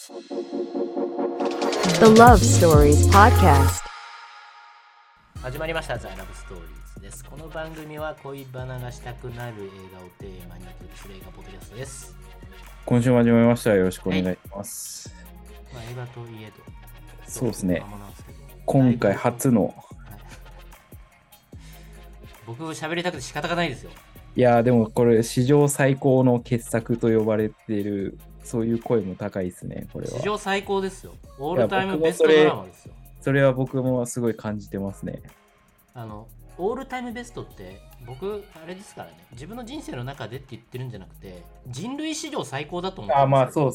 The Love Stories Podcast. 始まりましたザ・ラブストーリーズです。この番組は恋バナがしたくなる映画をテーマにお届けする映画ポッドキャストです。 今週も始まりました。よろしくお願いします。 まあ、映画といえどそうですね。 間もなんですけど今回初の、 僕喋りたくて仕方がないですよ。 いやーでもこれ史上最高の傑作と呼ばれている、そういう声も高いですね、これは。 史上最高ですよ。オールタイムベストドラマですよ。 それは僕もすごい感じてますね。 オールタイムベストって僕あれですからね、自分の人生の中でって言ってるんじゃなくて、人類史上最高だと思ってます。 まあそう、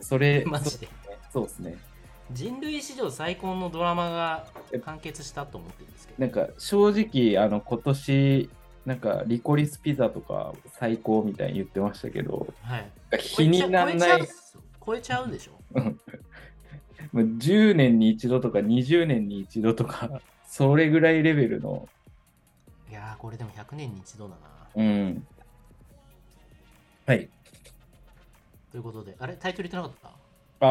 それマジでそうですね。 人類史上最高のドラマが完結したと思ってるんですけど、 なんか正直今年なんかリコリスピザとか最高みたいに言ってましたけど、 はい、 日にならない超えちゃうでしょ。 10年に一度とか20年に一度とかそれぐらいレベルの。 いやーこれでも100年に一度だな。 はい。 ということで、あれタイトル言ってなかった？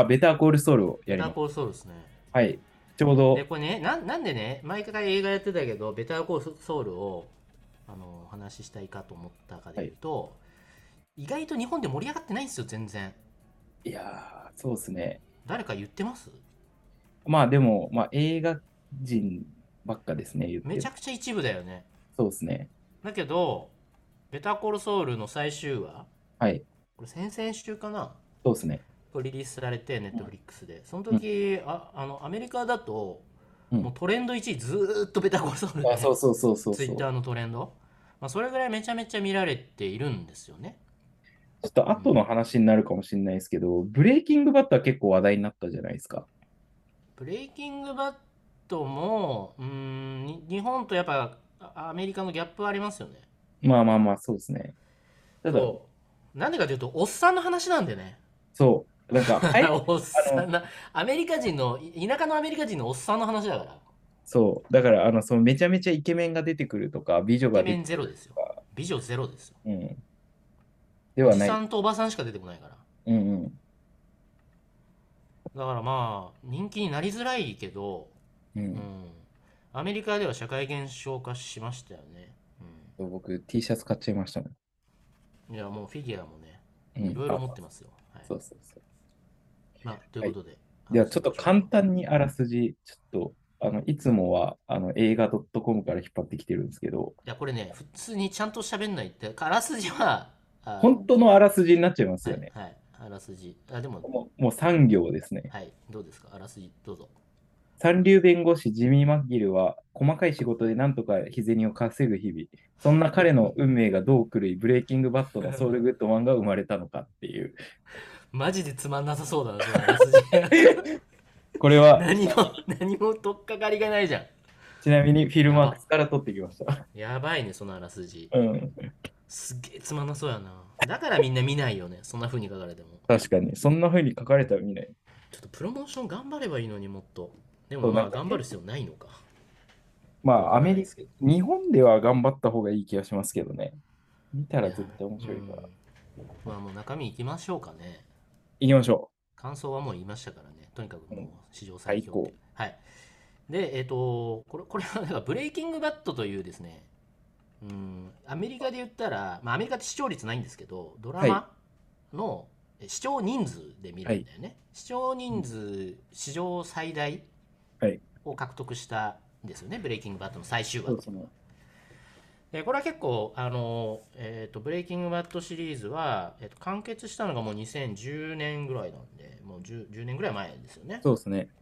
ベターコールソウルをやります。 ベターコールソウルですね。 はい。ちょうど。 で、これね、なんでね、毎回映画やってたけど、ベターコールソウルをお話ししたいかと思ったかでいうと、意外と日本で盛り上がってないんですよ、全然。 いやー、そうですね。 誰か言ってます？ まあでも、映画人ばっかですね、言ってる。 めちゃくちゃ一部だよね。 そうですね。 だけど、ベターコールソウルの最終話、 はい。 これ先々週かな、 そうですね。 リリースされて、ネットフリックスで。その時、アメリカだと、もうトレンド1位ずーっとベターコールソウルで、 そう。 ツイッターのトレンド。それぐらいめちゃめちゃ見られているんですよね。 ちょっと後の話になるかもしれないですけど、ブレイキングバットは結構話題になったじゃないですか。 ブレイキングバットも、日本とやっぱアメリカのギャップはありますよね。 まあ、そうですね。ただ、 なんでかというと、おっさんの話なんでね。 そう。なんか、 おっさんな、アメリカ人の、田舎のアメリカ人のおっさんの話だから。 そう。だから、そのめちゃめちゃイケメンが出てくるとか、美女イケメが出てくンゼロですよ。 るとか、 美女ゼロですよ。 ではない。 おじさんとおばさんしか出てこないから。 うんうん。 だからまあ、人気になりづらいけど、アメリカでは社会現象化しましたよね。 僕、T シャツ買っちゃいましたね。 いや、もうフィギュアもね、いろいろ持ってますよ。はい、 そう。 ということで。 では、ちょっと簡単にあらすじ、ちょっと、いつもは映画 .com から引っ張ってきてるんですけど、 いや、これね、普通にちゃんと喋んないって、あらすじは、 本当のあらすじになっちゃいますよね。 はい、あらすじ。でも、 もう3行ですね。 はい、どうですか、あらすじ、どうぞ。 三流弁護士ジミー・マッギルは細かい仕事でなんとか日銭を稼ぐ日々。そんな彼の運命がどう狂い、ブレイキングバットのソウルグッドマンが生まれたのかっていう。 マジでつまんなさそうだな、そのあらすじ。 これは何も取っかかりがないじゃん。 ちなみにフィルマークスから取ってきました。 やばいね、そのあらすじ。 うんすっげえつまんなそうやな。だからみんな見ないよね、そんな風に書かれても。 確かに。そんな風に書かれたら見ない。 ちょっとプロモーション頑張ればいいのにもっと。でもそうなんか頑張る必要ないのか。 アメリカ、日本では頑張った方がいい気がしますけどね。見たら絶対面白いから。 もう中身いきましょうかね。 行きましょ感想はもう言いましたからね。とにかくもう史上最強最高。 はい。で、これはなんかブレイキングバットというですね、アメリカで言ったら、アメリカって視聴率ないんですけど、ドラマの視聴人数で見るんだよね。視聴人数史上最大を獲得したんですよね、ブレイキングバットの最終話。でこれは結構ブレイキングバットシリーズは、完結したのがもう2010年ぐらいなんで、もう 10年ぐらい前ですよね。 そうですね。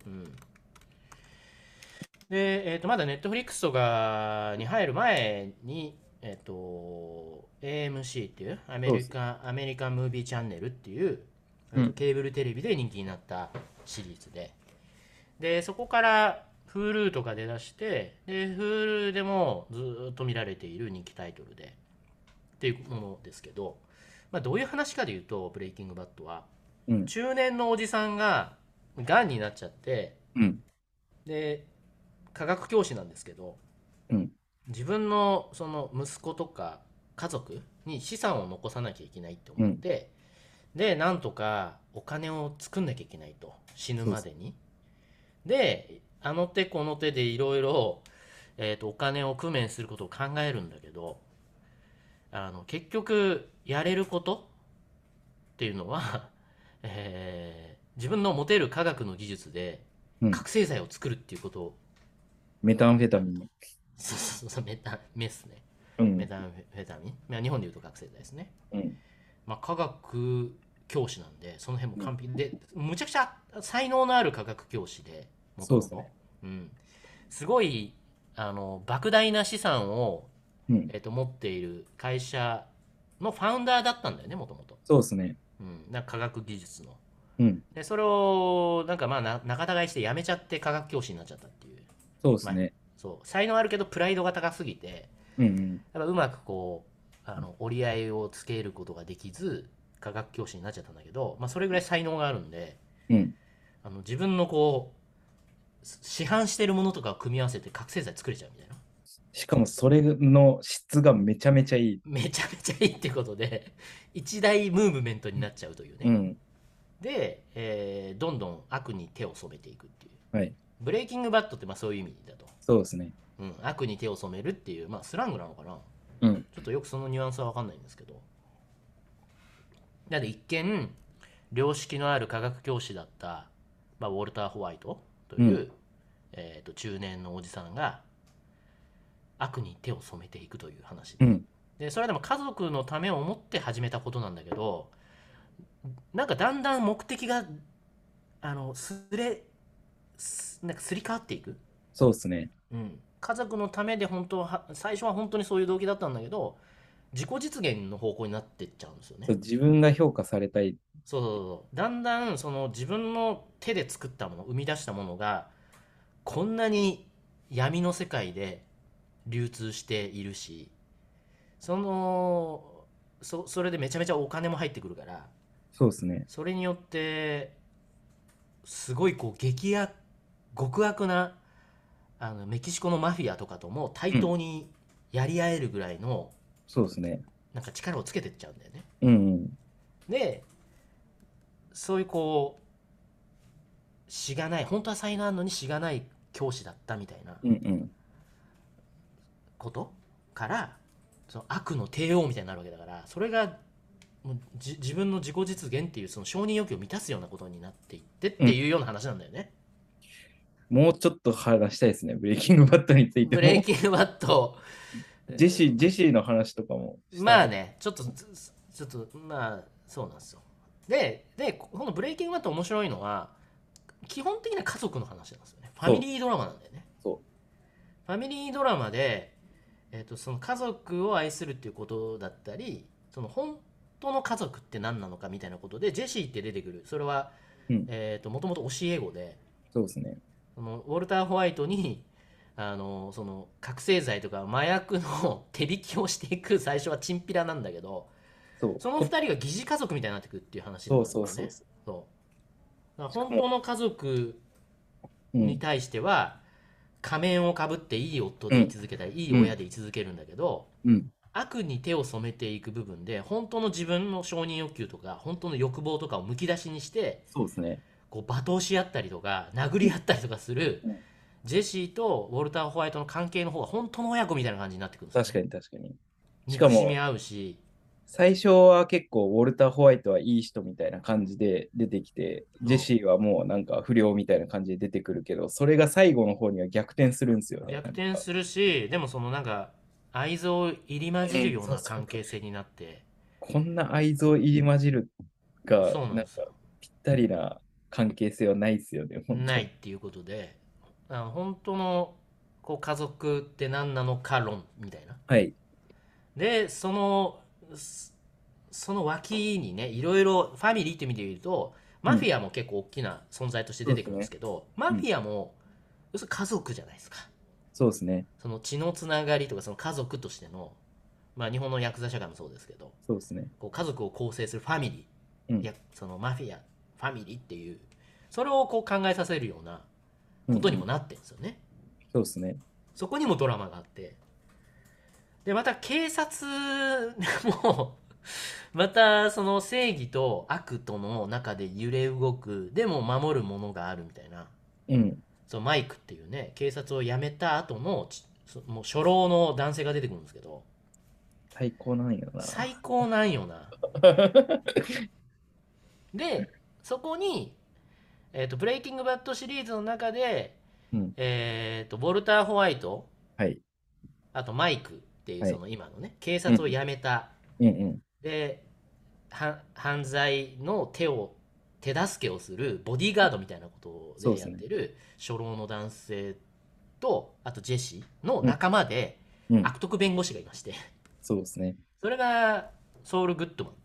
で、まだネットフリックスとかに入る前に、AMC っていうアメリカンムービーチャンネルっていう、ケーブルテレビで人気になったシリーズで、そこからHulu とかで出して、で Hulu でもずっと見られている人気タイトルでっていうものですけど、どういう話かでいうと、ブレイキングバットは、中年のおじさんががんになっちゃって、で科学教師なんですけど、自分のその息子とか家族に資産を残さなきゃいけないって思って、 でなんとかお金を作んなきゃいけないと、死ぬまでに。であの手この手でいろいろお金を工面することを考えるんだけど、結局やれることっていうのは、自分の持てる科学の技術でうん。 覚醒剤を作るっていうことを、 メタンフェタミン。 メスね、 うん。 メタンフェタミン、まあ、日本でいうと覚醒剤ですね。 うん。 まあ、科学教師なんでその辺も完璧で、むちゃくちゃ才能のある科学教師で、もともとそうですね。 すごい莫大な資産を、 うん。 持っている会社のファウンダーだったんだよね、もともと。 そうですね。 なんか科学技術の。 うん。 でそれをなんかまあ仲違いして辞めちゃって科学教師になっちゃったっていう。まあ、 そうですね。 そう才能あるけどプライドが高すぎて、 うんうん。 やっぱうまくこう折り合いをつけることができず科学教師になっちゃったんだけど、まあ、それぐらい才能があるんで、 うん。 自分のこう市販してるものとかを組み合わせて覚醒剤作れちゃうみたいな。 しかもそれの質がめちゃめちゃいい。 めちゃめちゃいいってことで一大ムーブメントになっちゃうというね。 うん。 で、どんどん悪に手を染めていくっていう。 はい。 ブレイキングバットってまあそういう意味だと。 そうですね。 悪に手を染めるっていう、まあ、スラングなのかな。 うん。 ちょっとよくそのニュアンスは分かんないんですけど、なので一見良識のある科学教師だった、まあ、ウォルター・ホワイトという、中年のおじさんが悪に手を染めていくという話で、 うん。 でそれはでも家族のためを思って始めたことなんだけど、なんかだんだん目的がなんかすり替わっていく。 そうですね。 家族のためで本当は最初は本当にそういう動機だったんだけど、自己実現の方向になっていっちゃうんですよね。 そう自分が評価されたい。 そうそうそう、だんだんその自分の手で作ったもの、生み出したものがこんなに闇の世界で流通しているし、それでめちゃめちゃお金も入ってくるから、 そうですね。 それによってすごいこう極悪なメキシコのマフィアとかとも対等にやり合えるぐらいの、 そうですね。 なんか力をつけてっちゃうんだよね。 うんうん。 でそういうこうしがない、本当は才能あるのにしがない教師だったみたいなうんうん。 ことから、その悪の帝王みたいになるわけだから、それがもう自分の自己実現っていうその承認欲求を満たすようなことになっていってっていうような話なんだよね。 もうちょっと話したいですね。ブレイキングバットについてブレイも。 キングバット、 ジェシーの話とかもした。 まあね、ちょっとまあそうなんですよ。でこのブレイキングバット面白いのは基本的な家族の話なんですよね。ファミリードラマなんだよね。 そファミリードラマで、その家族を愛するっていうことだったり、その本当の家族って何なのかみたいなことでジェシーって出てくる。それはう。うん。 もともと教え子で、 そうですね。 そのウォルター・ホワイトにその覚醒剤とか麻薬の手引きをしていく最初はチンピラなんだけど、 そう。 その二人が疑似家族みたいになってくっていう話なんだよね。 そうそうそうそう。 そうだからしかも、 本当の家族うん。 に対しては仮面をかぶっていい夫で居うん。 続けたり、いいうん。 親で居続けるんだけど、 うん。 悪に手を染めていく部分で本当の自分の承認欲求とか本当の欲望とかをむき出しにして、 そうですね。 こう罵倒し合ったりとか殴り合ったりとかするうん。 ジェシーとウォルター・ホワイトの関係の方が本当の親子みたいな感じになってくるんですよ確かね。 に確かに。しかも、 憎しみ合うし、 最初は結構、ウォルター・ホワイトはいい人みたいな感じで出てきて、ジェそシーはもうなんか不良みたいな感じで出てくるけど、それが最後の方には逆転するんですようね。 逆転するし、でもそのなんか愛憎入り混じるようなそうそう。 関係性になって、 こんな愛憎入り混じるが、なんかそうなんですよ。 ぴったりな関係性はないですよね、本当に。 ないっていうことで、本当のこう家族って何なのか論みたいな。 はい。 でその脇にね、いろいろファミリーって意味で言うとうん。 マフィアも結構大きな存在として出てくるんですそうですね。 けど、マフうん。 ィアも要するに家族じゃないですか。 そうですね。 その血のつながりとかその家族としての、まあ、日本のヤクザ社会もそうですけど、 そうですね。 こう家族を構成するファミリー、 うん。 そのマフィアファミリーっていう、それをこう考えさせるようなことにもうんうん。 なってるんですよね。 そうですね。 そこにもドラマがあって、でまた警察もまたその正義と悪との中で揺れ動く、でも守るものがあるみたいな。 うん。 そのマイクっていうね、警察を辞めた後のもう初老の男性が出てくるんですけど、 最高なんよな。 最高なんよな。でそこに、ブレイキングバッドシリーズの中で、 うん。 ウォルター・ホワイト、 はい。 あとマイクっていうはい。 その今のね警うん。 察を辞めた、 うんうん。 で犯罪の手助けをするボディーガードみたいなことでそうですね。 やってる初老の男性と、あとジェシーのうん。 仲間でうん。 悪徳弁護士がいまして、 そうですね。 それがソウル・グッドマン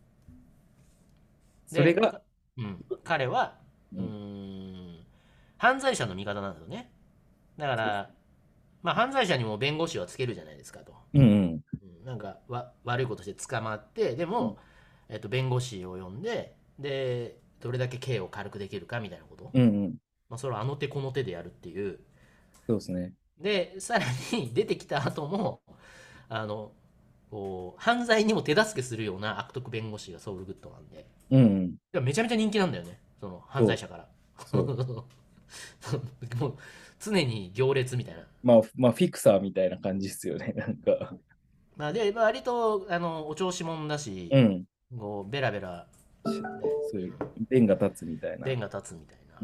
で、 それが、 彼はうん。 犯罪者の味方なんですよね。だかそうです。 ら、まあ、犯罪者にも弁護士はつけるじゃないですかと。 うんうん。 なんか悪いことして捕まって、でうん。 も、弁護士を呼んで、でどれだけ刑を軽くできるかみたいなこと、 うんうん。 まあ、それをあの手この手でやるっていう。 そうですね。 でさらに出てきた後も、あのこう犯罪にも手助けするような悪徳弁護士がソウルグッドなんで、 うんうん。 めちゃめちゃ人気なんだよね、その犯そう。 罪者から。 そう。 もう常に行列みたいな。 まあ、フィクサーみたいな感じですよね。なんか。 まあ、で割とお調子者だし、 うん。 こうベラベラ、ね、 そういう、弁が立つみたいな。 弁が立つみたいな。 うん。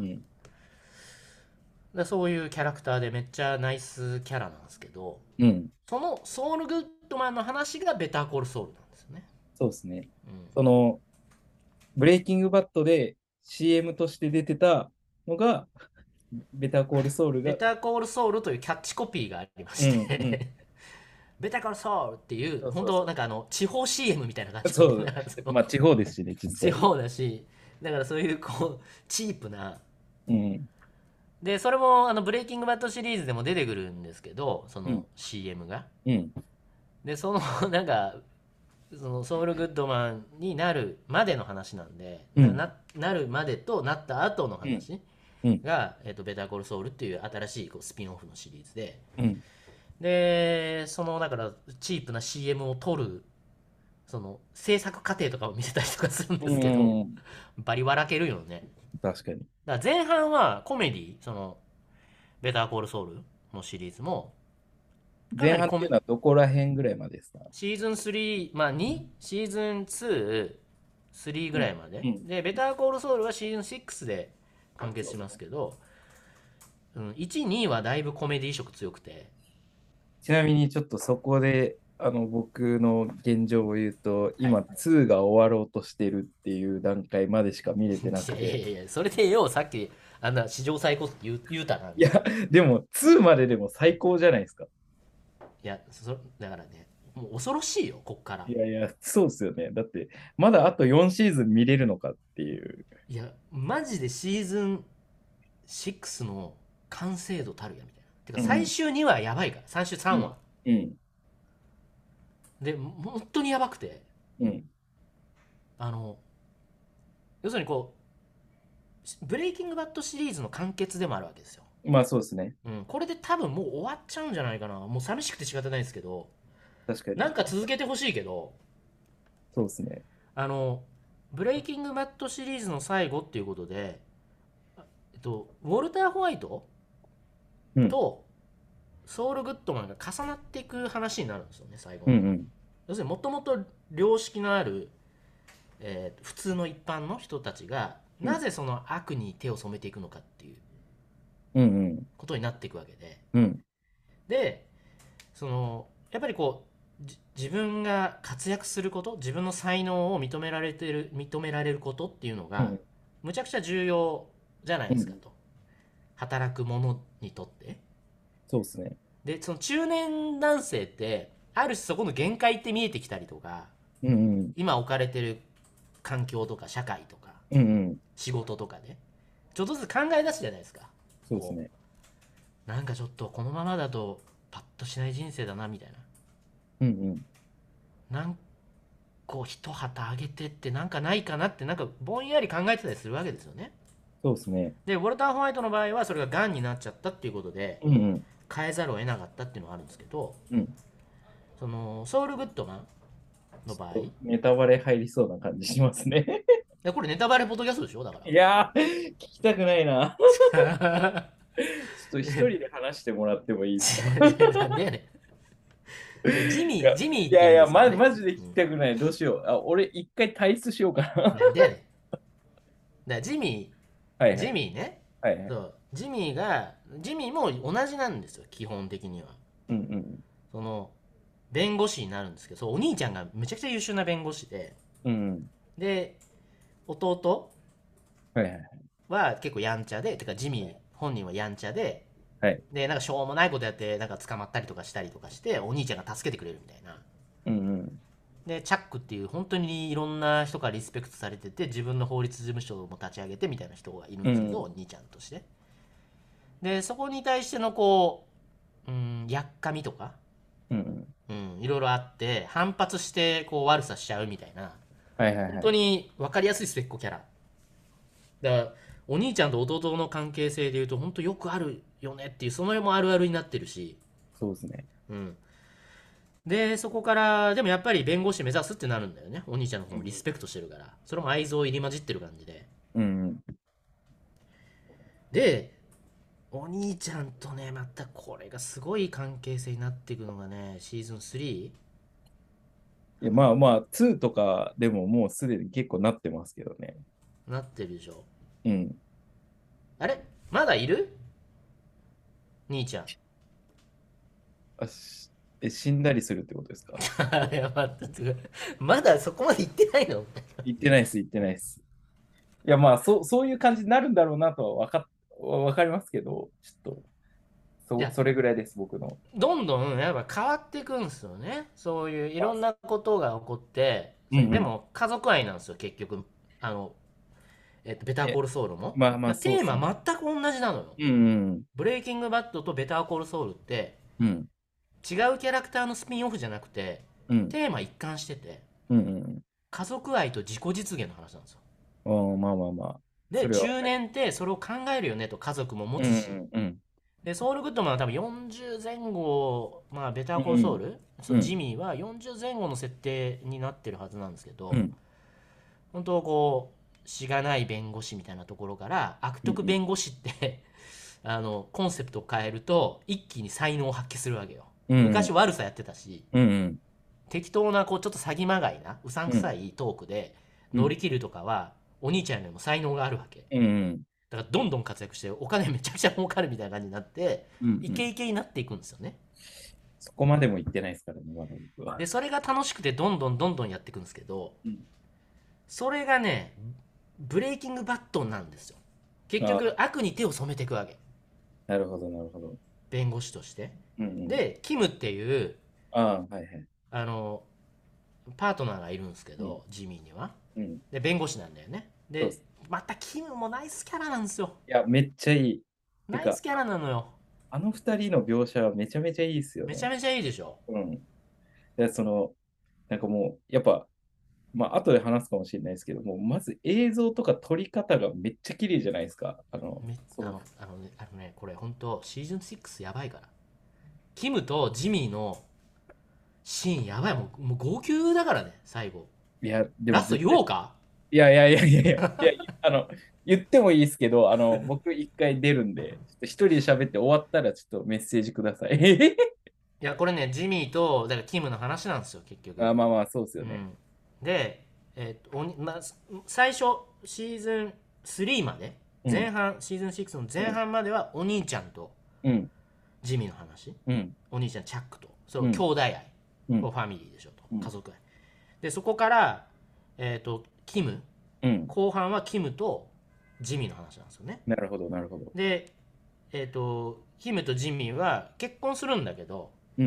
そういうキャラクターでめっちゃナイスキャラなんですけど、 うん。 そのソウルグッドマンの話がベターコールソウルなんですよね。 そうですね。 うん、 その、ブレイキングバットで CM として出てたのが、ベターコールソウルが、 ベターコールソウルというキャッチコピーがありましうんうん。 てベターコールソウルっていう、本そうそうそ当なんか地方 CM みたいな感う。 じのね、 そう。 なんかそのまあ、地方ですしね、実際。 地方だし、だからそういうこうチープな、 うん。 でそれもブレイキングバッドシリーズでも出てくるんですけど、そのうん。 CM が。 うん。 でそのなんかそのソウルグッドマンになるまでの話なんで、 うん。 なるまでとなった後のうん。 話うん。 が、ベターコールソウルっていう新しいこうスピンオフのシリーズで、 うん。 でそのだからチープな CM を撮るその制作過程とかを見せたりとかするんでうすけど、 ん。 バリ笑けるよね。 確かに。 だから前半はコメディ、そのベターコールソウルのシリーズもかな前半っていうりのはどこら辺ぐらいまでですか？ シーズン3、まあ2、シーズン2、3ぐうん。 らいまで。 うん。 で、ベターコールソウルはシーズン6で完結しますけど、1、2はだいぶコメディ色強くて、 ちなみにちょっとそこで、僕の現状を言うと、 はい。 今、2が終わろうとしてるっていう段階までしか見れてないくて。 やいやいや、それでよ、さっきあんな史上最高って言うたな、みいや、 たいな。 でも、2まででも最高じゃないですか。 いや、だからね、もう恐ろしいよ、こっから。 いやいや、そうですよね。だって、まだあと4シーズン見れるのかっていう。 いや、マジでシーズン6の完成度たるや、みたいな。てか、 うん。 最終2話やばいから、最終3 うん。 話。 うん。 で、本当にやばくて、 うん。 あの、要するにこう、ブレイキングバッドシリーズの完結でもあるわけですよ。 まあ、そうですね。 これで多分もう終わっちゃうんじゃないかな。もう寂しくて仕方ないですけど、 確かに。 なんか続けてほしいけど、 そうですね。 あの、ブレイキングバッドシリーズの最後っていうことで、ウォルター・ホワイトうん。 とソウル・グッドマンが重なっていく話になるんですよね、最後の。 うんうん。 要するにもともと良識のある、普通の一般の人たちがうん。 なぜその悪に手を染めていくのかっていううんうん。 ことになっていくわけで、 うん。 でそのやっぱりこう自分が活躍すること、自分の才能を認められることっていうのがうん。 むちゃくちゃ重要じゃないうん。 ですかと、働く者にとって。 そうですね。 でその中年男性ってある種そこの限界って見えてきたりとか、 うんうん。 今置かれてる環境とか社会とかうんうん。 仕事とかでちょっとずつ考え出すじゃないですか。こそうですね。 うなんかちょっとこのままだとパッとしない人生だなみたいうんうん。 な、なんこう一旗あげてってなんかないかなってなんかぼんやり考えてたりするわけですよね。 そうですね。 でウォルター・ホワイトの場合はそれががんになっちゃったっていうことでうんうん。 変えざるを得なかったっていうのがあるんですけど、 うん。 そのソウル・グッドマンの場合。いネタバレ入りそうな感じしますね。 や、これネタバレポッドキャストでしょだかいやー、聞きたくないな。 ら。 ちょっと一人で話してもらってもいいですか？ なんでやねん。ジいやミー、ジミーっていやいや、 いうんですけどね。 マジで聞きたくない。どうしよう。俺、一回退出しようかな。 なんでやねん。だからはいはい。 ジミーね。 はいはい。 そう、ジミーも同じなんですよ、基本的には。 うんうん。 その、弁護士になるんですけど、そう、お兄ちゃんがめちゃくちゃ優秀な弁護士うんうん。 で、弟はいはい。 は結構やんちゃで、てかジミー本人はやんちゃはい。 で、なんかしょうもないことやって、なんか捕まったりとかしたりとかして、お兄ちゃんが助けてくれるみたいな。 うんうん。 で、チャックっていう本当にいろんな人からリスペクトされてて、自分の法律事務所も立ち上げてみたいな人がいるんですけど、 うんお兄ちゃんとして。で、そこに対してのこう、やっかみとか、 うんうん。 いろいろあって、反発してこう悪さしちゃうみたいな、本当はいはいはい。 に分かりやすい末っ子キャラ。だからお兄ちゃんと弟の関係性でいうと本当よくあるよねっていう、その辺もあるあるになってるし、 そうですね。 うん、でそこからでもやっぱり弁護士目指すってなるんだよね。お兄ちゃんの方もリスペクトしてるから、それも愛憎入り混じってる感じで。 うんうん。 でお兄ちゃんとね、またこれがすごい関係性になっていくのがね、シーズン 3？ いや、まあまあ、2とかでももうすでに結構なってますけどね。 なってるでしょ。 うん。 あれまだいる兄ちゃん。 あし死んだりするってことですか？ いや待ってまだそこまで行ってないの？ 言ってないです、言ってないです。いや、まあ、そういう感じになるんだろうなとはわかりますけど、ちょっと、 いや、 それぐらいです、僕の。 どんどんやっぱ変わっていくんですよね。そういういろんなことが起こって、でうんうん。 も家族愛なんですよ、結局。あの、ベターコえ、 ールソウルも。 まあまあ、そうテーっすね。 マ全く同じなのよ。 うんうん。 ブレイキングバッドとベターコールソウルってうん。 違うキャラクターのスピンオフじゃなくて、 うん。 テーマ一貫してて、 うんうん。 家族愛と自己実現の話なんですよ。 まあまあまあ。そで、中れはわかり。 年ってそれを考えるよねと、家族も持うんつし。 うんうん。 で、ソウルグッドマンは多分40前後、まあ、ベターコールソウうんル、そう、ジうん。 ミーは40前後の設定になってるはずなんですけど、 うん。 本当こう、しがない弁護士みたいなところから、悪うん。 徳弁護士ってコンセプトを変えると、一気に才能を発揮するわけよ。 うん。 昔悪さやってたし、 うん。 適当な、こう、ちょっと詐欺まがいな、うさんうん。 くさいトークでうん。 乗り切るとかは、お兄ちゃんよりも才能があるわけ。 うん。 だからどんどん活躍してお金めちゃくちゃ儲かるみたいな感じになって、 うん。 イケイケになっていくんですよね。 そこまでも言ってないですからね、まだ僕は。 でそれが楽しくてどんどんどんどんやっていくんですけど、 うん。 それがねブレイキングバットなんですよ。結局あ、 悪に手を染めていくわけ、 なるほど、なるほど。 弁護士として。 うんうん。 でキムっていうああ、はいはい。 あのパートナーがいるんですけうん。 ど、ジミーには。 うん。 で弁護士なんだよね。でそうです。 またキムもナイスキャラなんですよ。 いや、めっちゃいい。てか、 ナイスキャラなのよ。 あの二人の描写はめちゃめちゃいいですよね。 めちゃめちゃいいでしょ。 うん。で、なんかもう、やっぱ、まあ、後で話すかもしれないですけども、まず映像とか撮り方がめっちゃ綺麗じゃないですか。 あのねこれ本当シーズン6やばいから。キムとジミーのシーンやばい。もう号泣だからね、最後。 いや、でもラスト絶対、 言おうか？ いやいやいやいやいや、言ってもいいですけど、僕一回出るんで、ちょっと一人で喋って終わったらちょっとメッセージください。 いや、これね、ジミーと、だからキムの話なんですよ、結局。 まあまあ、そうですよね。 うん。で、最初、シーズン3まで、 うん、 シーズン6のうん、 前半まではお兄ちゃんとうん、 ジミーの話。 うん、 お兄ちゃん、チャックと。そう、兄うん、 弟愛。 うん、 こうファミリーでしょと。 うん、 家族愛。で、そこから、キム。 うん。 後半はキムとジミーの話なんですよね。 なるほど、なるほど。 で、キムとジミーは結婚するんだけど、 うん、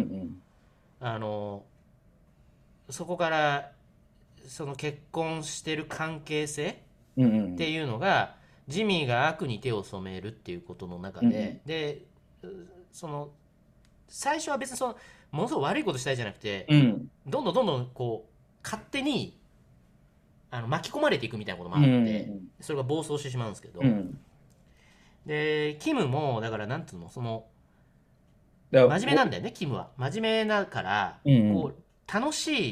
あのそこからその結婚してる関係性っうん、うん、 ていうのが、ジミーが悪に手を染めるっていうことの中うん、うん、 で、その最初は別にものすごく悪いことしたいじゃなくて、 うん、 どんどんどんどんこう勝手に巻き込まれていくみたいなこともうん、 あって、 うん、 それが暴走してしまうんですけど、 うん。 でキムもだからなんていうの、 だから真面目なんだよね。キムは真面目だから、 うん、 こう楽しい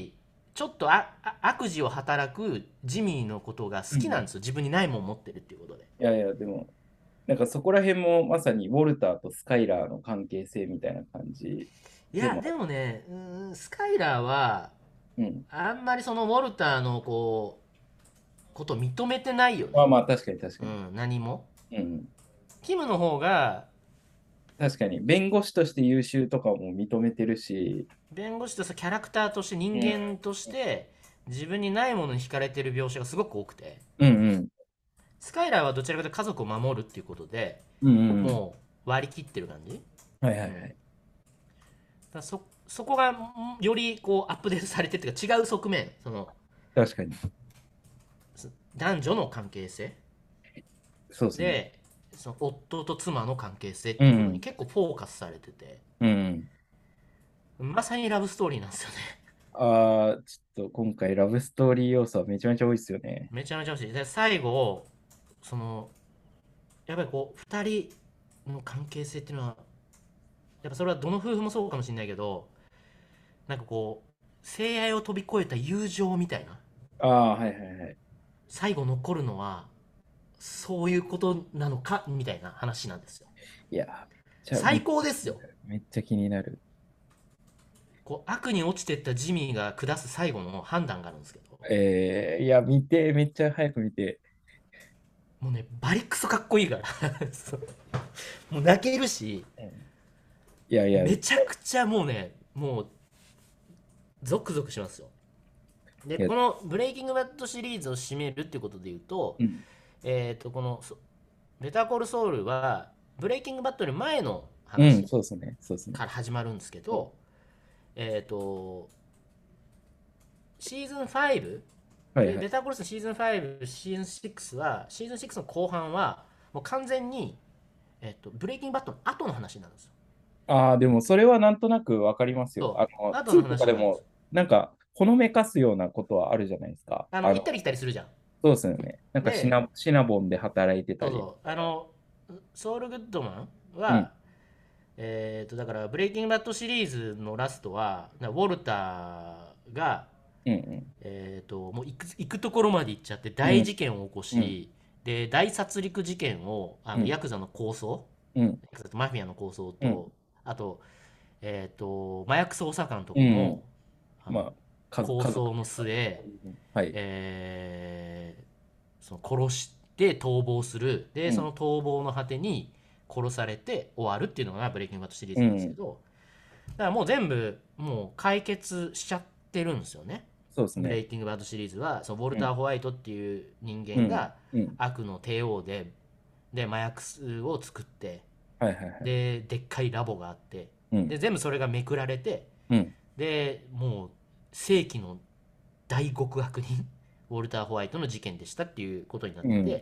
ちょっと悪事を働くジミーのことが好きなんですよ、自分にないもん持ってるっていうことで。 いやいや、でも、なんかそこら辺もまさにウォルターとスカイラーの関係性みたいな感じいやでも、 でもね、スカイラーはうん。 あんまりそのウォルターのことを認めてないよね。 まあまあ、確かに確かに。 何も。 うん。 キムの方が確かに、弁護士として優秀とかも認めてるし、 弁護士としてキャラクターとして人うん。 間として自分にないものに惹かれてる描写がすごく多くて、 うんうん。 スカイラーはどちらかというと家族を守るっていうことでうんうんうん。 もう割り切ってる感じ、 はいはうん、だかいはい。 らそこがよりアップデートされてっていうか違う側面、その確かに。 男女の関係性そうですね。 で、その夫と妻の関係性っうんていうことにうん。 結構フォーカスされてて、 うんうん。 まさにラブストーリーなんですよね。 ああ、ちょっと今回ラブストーリー要素はめちゃめちゃ多いですよね。 めちゃめちゃ欲しいで、最後そのやっぱり2人の関係性っていうのはやっぱそれはどの夫婦もそうかもしれないけど、なんか性愛を飛び越えた友情みたいな、 ああ、はいはいはい。 最後残るのはそういうことなのかみたいな話なんですよ。 いや、めっ最高ですよ。 めっちゃ気になる。 悪に落ちてったジミーが下す最後の判断があるんですけど、 いや、見て、めっちゃ早く見て。 もうねバリクソかっこいいからそうもう泣けるし、 うんいやいや、 めちゃくちゃもうね、もうゾクゾクしますよ。でいや、 このブレイキングバッドシリーズを締めるっていうことで言うと、 うん、 このベターコールソウルはブレイキングバッドより前のうん、 話そうですね、そうですね。 から始まるんですけど、えっ、とシーズン5 はいはい。 ベターコールソウルシーズン5シーズン6はシーズン6の後半はもう完全に、ブレイキングバッドの後の話になるんですよ。 ああ、でもそれはなんとなくわかりますよ。2 後のとかでも、 話になるんですよ。 なんか、ほのめかすようなことはあるじゃないですか。 行ったり来たりするじゃん。 そうですよね。なんかで、 シナボンで働いてたり。 そうそう、ソウル・グッドマンうん、 は、だからブレイキングバッドシリーズのラストはウォルターが、 うん、 もう行くところまで行っちゃってうん、 大事件を起こうん、 し、で大殺戮事件をうん、 ヤクザの抗争、 うん、 ヤクザとマフィアの抗争うん、 と、あと、麻薬捜査官とうん。 かのまあ、 抗家族。 争の末、 はい。 えその殺して逃亡する、でうん、 その逃亡の果てに殺されて終わるっていうのがブレイキングバッドシリーズなんですけうん。 ど、だからもう全部もう解決しちゃってるんですよね。 そうですね。 ブレイキングバッドシリーズはそのウォルうん、 ター・ホワイトっていう人うん、 間がうん。 悪の帝王で麻薬を作って、 はいはいはい。 でっかいラボがあって、 うん、 で全部それがめくられて、 うん、 でもう世紀の大極悪人ウォルター・ホワイトの事件でしたっていうことになっうん、 てて、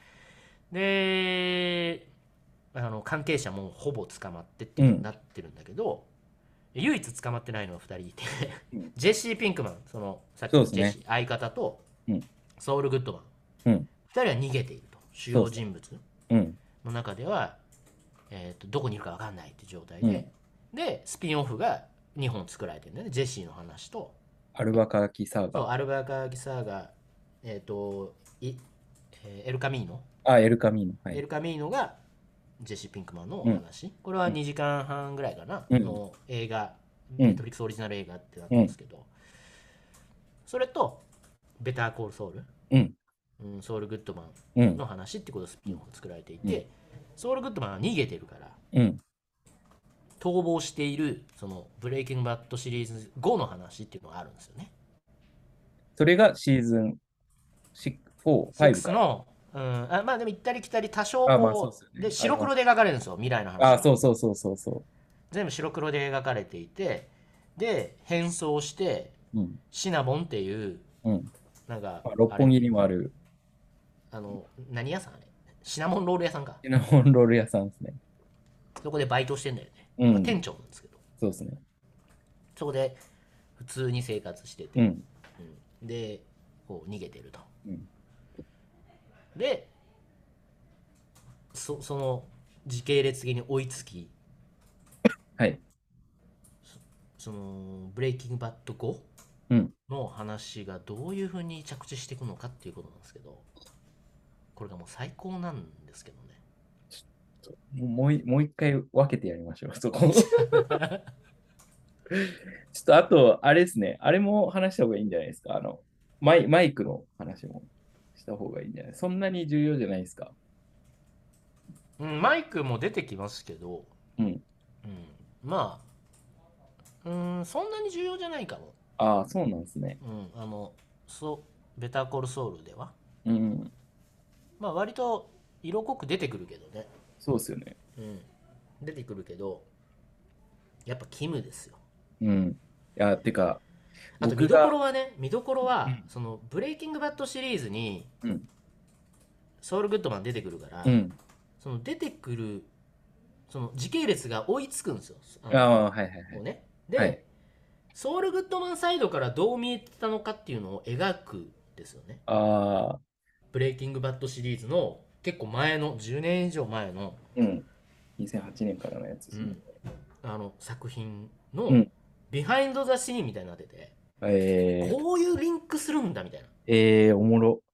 で関係者もほぼ捕まってっていうふうにうん。 なってるんだけど、唯一捕まってないのが2人いてうんジェシー・ピンクマン、そのさっきそうですね。 のジェシー相方とうん、 ソウル・グッドマン、 うん。 2人は逃げていると、主そうですね。 要人物うん、 の中では、どこにいるか分かんないっていう状態うん。 でスピンオフが2本作られてるんだよね。ジェシーの話と、 アルバカーキサーガ。 そうアルバカーキサーガ、えっ、といエルカミーノあ、エルカミーノ。はい。 エルカミーノがジェシー・ピンクマンのおうん、 話、これはうん、 2時間半ぐらいかなうん、 の映画、 うん、 ネットフリックスオリジナル映画ってなっうん、 てますけど、それとベター・コール・ソウル、 うん、 ソウル・グッドマうん、 ンの話ってことでスピンオフが作られていうん、 て、ソウル・グッドマンは逃げてるからうん。 逃亡しているそのブレイキングバッドシリーズ5の話っていうのがあるんですよね。 それがシーズン4、5 6 から。 の、まあでも行ったり来たり多少あ、まあそうですよね。 で白黒で描かれるんですよ、未来の話あ、 が。 そうそうそうそうそ全部白黒で描かれていて、で変装してう。うん、 シナボンっていううん。 なんかまあ、六あれ本木にもある何屋さんあれ、シナモンロール屋さんか、 シナモンロール屋さんですね。 そこでバイトしてんだよね。まあ、 うん、 店長なんですけど、 そうですね。 そこで普通に生活してて、 うん、 で逃げてると。 うん。 でその時系列的に追いつき、 はい。 そのブレイキングバッド5 ううん。 の話がどういうふうに着地していくのかっていうことなんですけど、これがもう最高なんですけどね。 もう一回分けてやりましょう、そこ。ちょっとあと、あれですね。あれも話した方がいいんじゃないですか。マイクの話もした方がいいんじゃない？そんなに重要じゃないですか。 うん、マイクも出てきますけど、 うん。 うん、まあ、そんなに重要じゃないかも。 ああ、そうなんですね。 ベターコールソウルでは、 うん。 まあ割と色濃く出てくるけどね。 そうですよね。 うん、出てくるけど、やっぱキムですよ。 うん。いや、てか、 あと見どころ僕が、 はね、見どころは、 うん。 そのブレイキングバットシリーズにうん。 ソウルグッドマン出てくるから、 うん。 その出てくるその時系列が追いつくんですよ。 ああ、はいはいはい。 こうね。 はい。 で、ソウルグッドマンサイドからどう見えてたのかっていうのを描くんですよね。 ああ、 ブレイキングバットシリーズの結構前の10年以上前の、 うん。2008年からのやつですね。 うん、作品のうん。 ビハインド・ザ・シーンみたいになってて、 えこういうリンクするんだみたいな。 おもろ。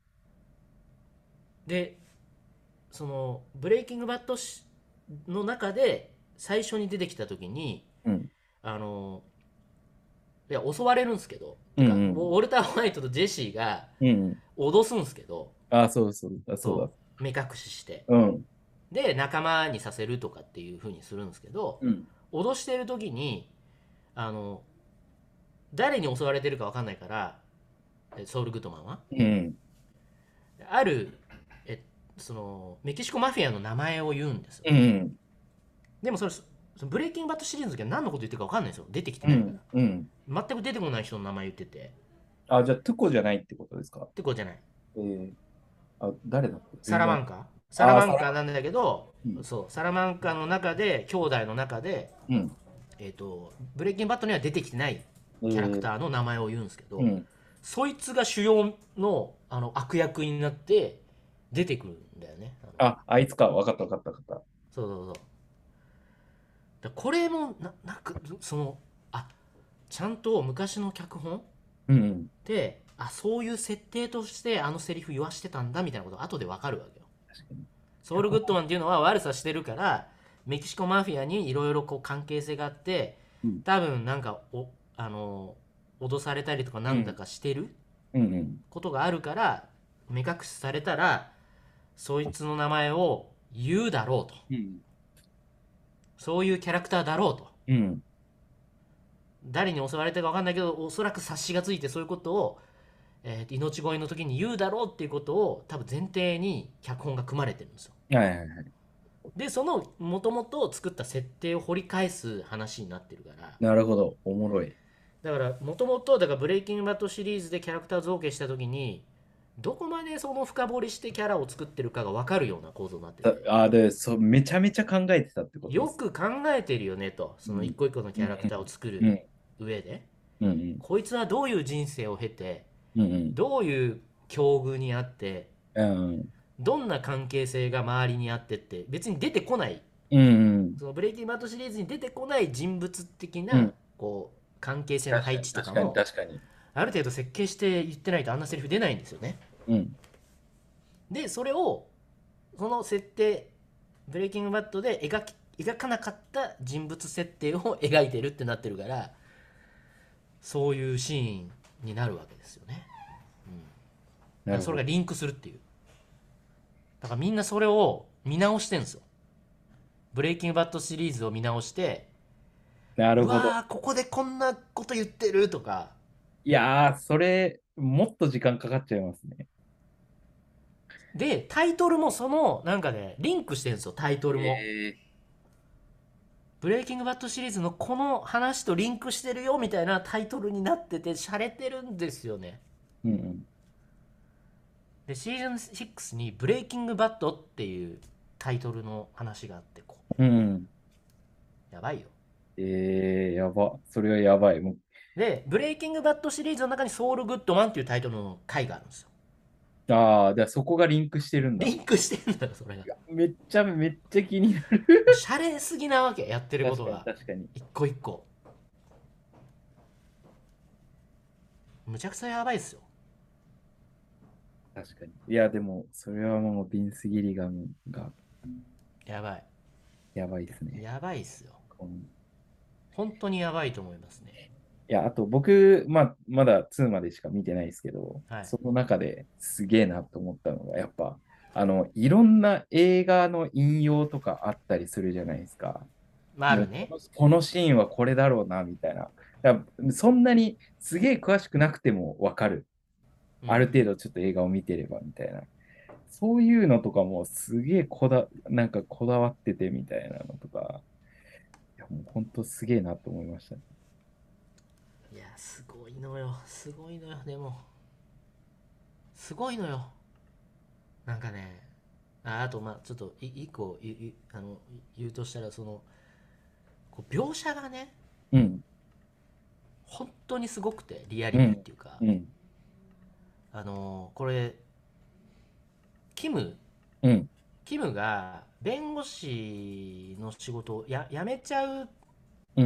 で、そのブレイキングバットの中で最初に出てきた時に、 うん。 あのいや襲われるんですけど、てかうんうん。 ウォルター・ホワイトとジェシーがうん。 脅すんですけど、 ああ、そうそう。あ、そうだ。 目隠ししてうん。 で仲間にさせるとかっていう風にするんですけど、 うん。 脅してる時にあの誰に襲われてるか分かんないから、ソウル・グッドマンはうん。 あるえそのメキシコマフィアの名前を言うんですよ。 うん。 でもそのブレイキングバットシリーズの時は何のこと言ってるか分かんないんですよ。出てきてうん。 ないから。 うん。 全く出てこない人の名前言ってて、 あ、じゃあ、トゥコじゃないってことですか？ ってことじゃない。 誰だっけ？ サラ全然。 マンカサラああ、 マンカなんだけど、 うん。 そうサラマンカの中で兄弟の中で、 うん。 ブレイキングバットには出てきてないキャラクター、 ーの名前を言うんですけど、 うん。 そいつが主要の悪役になって出てくるんだよね。 あ、あいつか。わかったわかったわかった。 そうそうそう。これもなんかそのあちゃんと昔の脚本うん。 でそういう設定としてセリフ言わしてたんだみたいなことが後でわかるわけよ。 確かに。 ソウル・グッドマンっていうのは悪さしてるからメキシコマフィアにいろいろ関係性があって、 うん。 多分なんか脅されたりとかなんだうん。 かしてるうん。 ことがあるから、目隠しされたらそいつの名前を言うだろうと、 うん。 そういうキャラクターだろうと、 うん。 誰に襲われたか分かんないけどおそらく察しがついてそういうことを、命乞いの時に言うだろうっていうことを多分前提に脚本が組まれてるんですよ。 はいはいはい。 でそのもともと作った設定を掘り返す話になってるから、 なるほど。おもろい。 だからもともとだからブレイキングバットシリーズでキャラクター造形した時にどこまでその深掘りしてキャラを作ってるかが分かるような構造になってて、 めちゃめちゃ考えてたってことです。 よく考えてるよねと、そのうん。 一個一個のキャラクターを作るうん。 上で、 うん。 こいつはどういう人生を経てうん。うん。 どういう境遇にあってうん。 どんな関係性が周りにあってって別に出てこない、 うん。 そのブレイキングバットシリーズに出てこない人物的なうん。 関係性の配確かに、確かに、 置とかも確かに。 ある程度設計して言ってないとあんなセリフ出ないんですよね。 うん。 でそれをその設定ブレイキングバットで描かなかった人物設定を描いてるってなってるから、そういうシーンになるわけですよね。だからそれがなるほど。 リンクするっていう、だからみんなそれを見直してんですよ。ブレイキングバットシリーズを見直して、うなるほど。 わーここでこんなこと言ってるとか。 いやー、それ、もっと時間かかっちゃいますね。 でタイトルもそのなんかねリンクしてるんですよ、タイトルも。 えブレイキングバットシリーズのこの話とリンクしてるよみたいなタイトルになってて洒落てるんですよね。 うん。 でシーズン6にブレイキングバットっていうタイトルの話があって、 うん。 やばいよ。 やば。それはやばい。もう、 でブレイキングバットシリーズの中にソウルグッドマンっていうタイトルの回があるんですよ。 そこがリンクしてるんだ。 リンクしてんだよそれが。 めっちゃ気になる。 もうシャレすぎなわけ、やってるこ確かに、 とが確かに。 一個一個。 むちゃくちゃやばいっすよ。 確かに。いや、でも、それはもう、ビンス・ギリガンがやばい。 やばいですね。 やばいっすよ。 うん本当にやばいと思いますね。 いや、あと僕、まだ2までしか見てないですけど、 はい。 その中ですげえなと思ったのが、やっぱ、いろんな映画の引用とかあったりするじゃないですか。 まあ、あもうるね。 このシーンはこれだろうな、みたいな。そんなにすげえ詳しくなくてもわかる。 うん。 ある程度ちょっと映画を見てれば、みたいな。そういうのとかもすげえなんかこだわっててみたいなのとか、いや、もう本当すげえなと思いましたね。 いや、すごいのよ。すごいのよ。でも、すごいのよ。なんかね、あと、まあ、ちょっと一個言うとしたら、こう描写がね、 うん、 本当にすごくて、リアリティっうん、 ていうか、 うん、 これ、キム、 うん、 キムが弁護士の仕事を辞めちゃううん、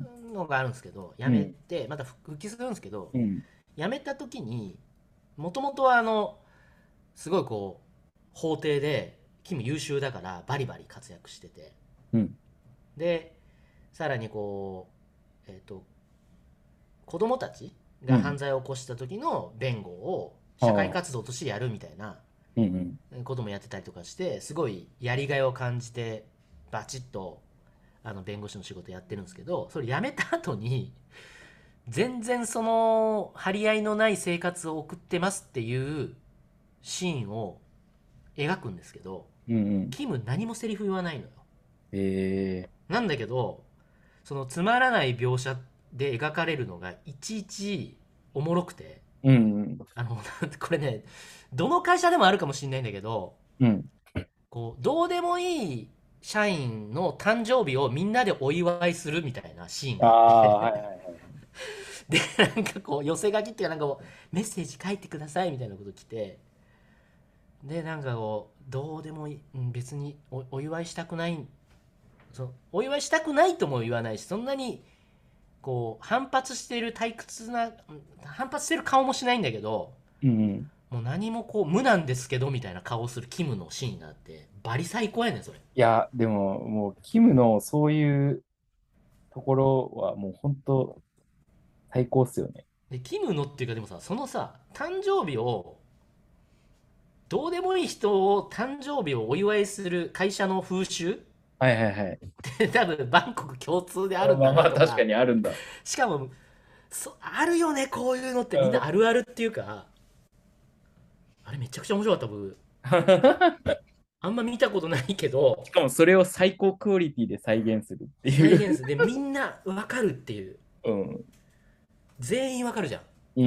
のがあるんですけど、辞うん、 めて、また復帰するんですけど、 うん、 辞めた時に、もともとはすごいこう、法廷で、キム優秀だからバリバリ活躍してて、 うん、 で、さらにこう、子供たちうん、 が犯罪を起こした時の弁護をあ社会あ、 活動としてやるみたいなうん、 こともやってたりとかして、すごいやりがいを感じてバチッと弁護士の仕事やってるんですけど、それ辞めた後に全然その張り合いのない生活を送ってますっていうシーンを描くんですけど、 うん、うん、 キム何もセリフ言わないのよ。 ええなんだけど、そのつまらない描写で描かれるのがいちいちおもろくて、 うん、 あのこれね、どの会社でもあるかもしれないんだけど、 うん、 こうどうでもいい社員の誕生日をみんなでお祝いするみたいなシーンあがあっあ、はいはていはい。 で、なんかこう寄せ書きっていうか、なんかこうメッセージ書いてくださいみたいなこと来て、でなんかこうどうでもいい、別にお祝いしたくない、お祝いしたくないとも言わないし、そんなにこう反発してる退屈な、反発してる顔もしないんだけど、 うん、 もう何もこう無なんですけどみたいな顔をするキムのシーンがあって、バリ最高やねんそれ。 いや、でも、もう、キムのそういうところは、もう本当、最高っすよね。 でキムのっていうか、でもさ、そのさ誕生日を、どうでもいい人を誕生日をお祝いする会社の風習っはいはいはい。 て多分バンコク共通であるんだまあまあ、確かなとか、 にあるんだ。 しかもあるよねこういうのって、みんなあうんるあるっていうか、あれめちゃくちゃ面白かった僕。あんま見たことないけど、 しかもそれを最高クオリティで再現するっていう。 再現するでみんなわかるっていう、 うん。 全員わかるじゃん。 うん。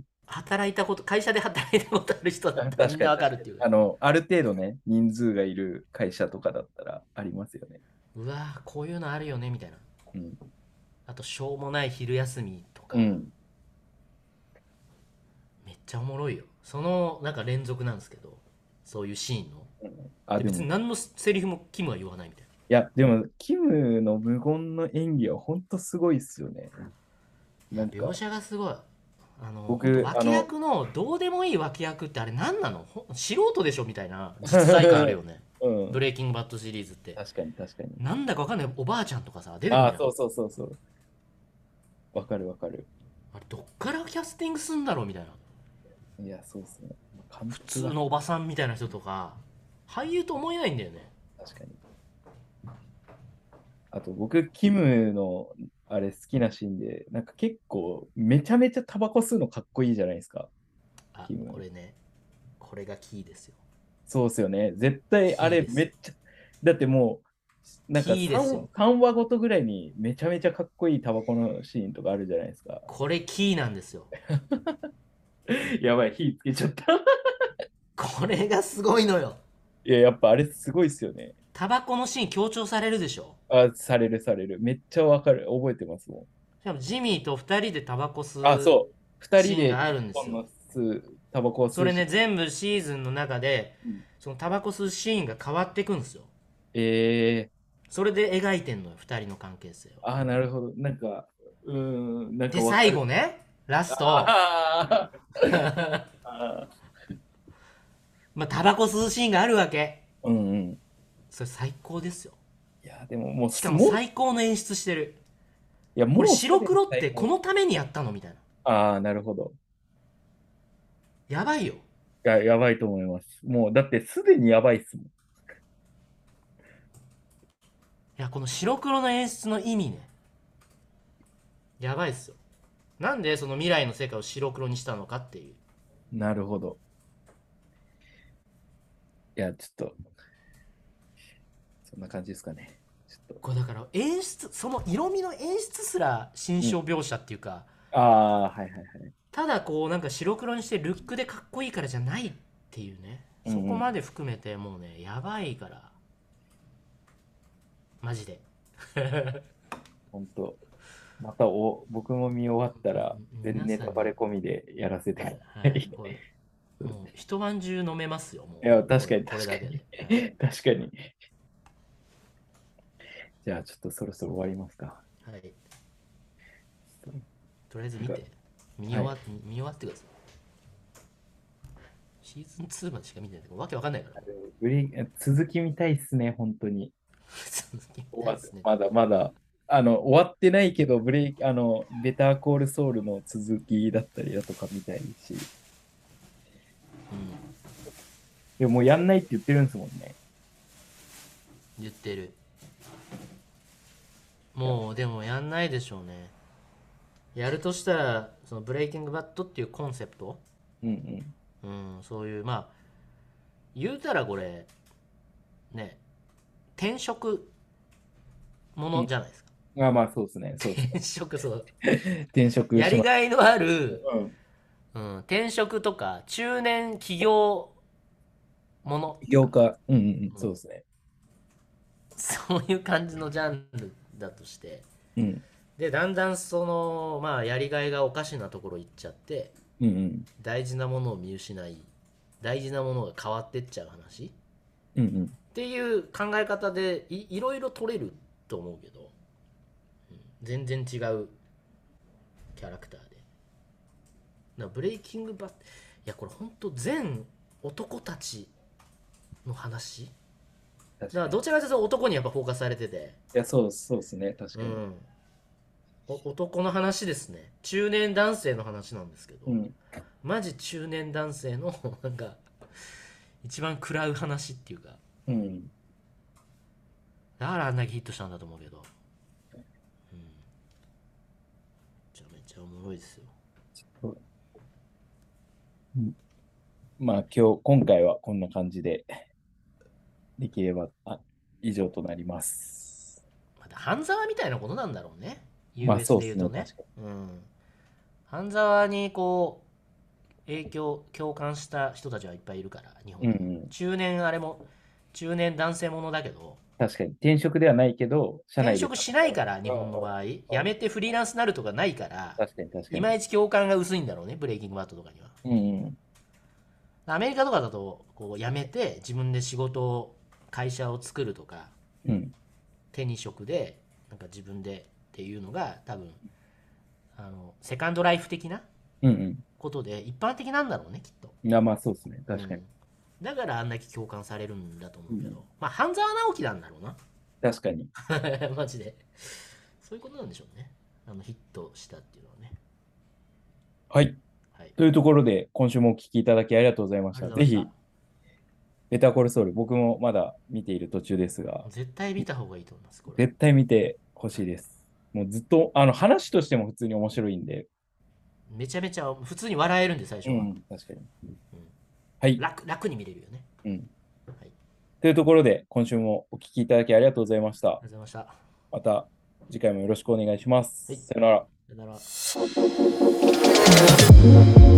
働いたこと、会社で働いたことある人だったらみ確んなわかかに確かに。 るっていう。 ある程度ね、人数がいる会社とかだったらありますよね。 うわーこういうのあるよねみたいな。 うん。 あとしょうもない昼休みとか、 うん。 めっちゃおもろいよ。そのなんか連続なんですけど、そういうシーンの。 あ、 ででも、 別に何のセリフもキムは言わないみたいな。 いや、でも、キムの無言の演技は本当すごいっすよね。 いやなんか、 描写がすごい。本当僕、 脇役のどうでもいい脇役ってあれ何なの、素人でしょみたいな実在感あるよね。 うん。 ブレイキングバッドシリーズって。 確かに確かに。 なんだかわかんないおばあちゃんとかさ出てくああ、 るじゃん。 そうそうそうそう。わかるわかる。 あれどっからキャスティングすんだろうみたいな。 いや、そうっすね。完普璧だ。 通のおばさんみたいな人とか俳優と思えないんだよね。 確かに。あと、僕、キムの、あれ好きなシーンで、なんか結構、めちゃめちゃタバコ吸うのかっこいいじゃないですか、 あ、 キム。 これね、これがキーですよ。 そうっすよね。絶対、 キあれーですよ。 めっちゃ、だってもう、なんかキーですよ。 3話ごとぐらいにめちゃめちゃかっこいいタバコのシーンとかあるじゃないですか。 これキーなんですよ。 やばい、火つけちゃった。 これがすごいのよ。 いや、やっぱあれすごいっすよね。 タバコのシーン強調されるでしょ。 あ、されるされる。めっちゃわかる。覚えてますもん。 しかもジミーと2人でタバコ吸あ、 うそう。二人でシーンがあるんですよ。 このタバコを吸うし。 それね、全部シーズンの中でうんそのタバコ吸うシーンが変わっていくんですよ。 えー、 それで描いてんのよ2人の関係性を。 あー、なるほど。なんか、なんかでわかる。 最後ね、 ラストあーあまあタバコ吸うシーンがあるわけ。 ーうんうん。 それ最高ですよ。 いや、でももうしかももう、 最高の演出してる。 いや、もうこれ白黒っすでにてこのためにやったのみたいな。 ああ、なるほど。 やばいよ。 やばいと思います。もう、だってすでにやばいっすもん。 いや、この白黒の演出の意味ね。やばいっすよ。なんでその未来の世界を白黒にしたのかっていう。 なるほど。いや、ちょっと、そんな感じですかね。ちょっと。 これだから演出、その色味の演出すら心象描写っていうか、 ああ、はいはいはい。 ただこうなんか白黒にしてルックでかっこいいからじゃないっていうね。 うんうんそこまで含めてもうね、やばいから。マジで。 本当。また僕も見終わったら、全ネタバレ込みでやらせてください。 これもう一晩中飲めますよ、もう。 いや、確かにこれだけで。 確かに。じゃあ、ちょっとそろそろ終わりますか。 はい。とりあえず見て。見終わってください。シーズン2までしか見てないけど、わけわかんないから。 続き見たいっすね、本当に。 続き見たいですね。 まだまだ、終わってないけど、ベターコールソウルの続きだったりだとか見たいし。でももうやんないって言ってるんですもんね。 言ってる。もうでもやんないでしょうね。やるとしたらそのブレイキングバットっていうコンセプト、 うんそういうまあ言うたらこれね、転職ものじゃないですか。 うん。まあそうですね。そうですね。 転職、そう転職やりしまがいのある、 うん。 転職とか中年企業もの、 起業家。そうですね。 そういう感じのジャンルだとして、 うん。 でだんだんそのまあやりがいがおかしなところ行っちゃって、 うん大事なものを見失い、大事なものが変わってっちゃう話っうんていう考え方でいろいろ取れると思うけど、全然違うキャラクターで。ブレイキングバット、いやこれほんと全男たちの話だから、どちらかというと男にやっぱフォーカスされてて、 いや、そうですね。確かに。 男の話ですね。中年男性の話なんですけど、 うん。 マジ中年男性のなんか一番食らう話っていうか、 うん。 だからあんだけヒットしたんだと思うけど、めちゃめちゃおもろいですよ。 まあ今回はこんな感じでできれば以上となります。 また半沢みたいなことなんだろうね。 まあ US そうですね。 で言うとね。 確か半沢にこう共感した人たちはいっぱいいるから、日本で。中年あれも中年男性ものだけど、 確かに。転職ではないけど、社内で。 転職しないから、日本の場合辞めてフリーランスになるとかないから、 確かに。 いまいち共感が薄いんだろうね、ブレイキングバットとかには。アメリカとかだとこう辞めて自分で仕事を会社を作るとか、手に職でなんか自分でっていうのが多分セカンドライフ的なことで一般的なんだろうね、きっと。 いや、まあそうですね。確かに。 だからあんだけ共感されるんだと思うけど、まあ半沢直樹なんだろうな。 確かに。 マジで。そういうことなんでしょうね。ヒットしたっていうのはね。 はい。というところで、今週もお聞きいただきありがとうございました。ぜひ、ベターコールソウル、僕もまだ見ている途中ですが、 絶対見た方がいいと思います。 絶対見てほしいです。もうずっと、話としても普通に面白いんで。 めちゃめちゃ普通に笑えるんで、最初は。 確かに。はい。 楽に見れるよね。 というところで、今週もお聞きいただきありがとうございました。 ありがとうございました。 また次回もよろしくお願いします。さよなら。 さよなら。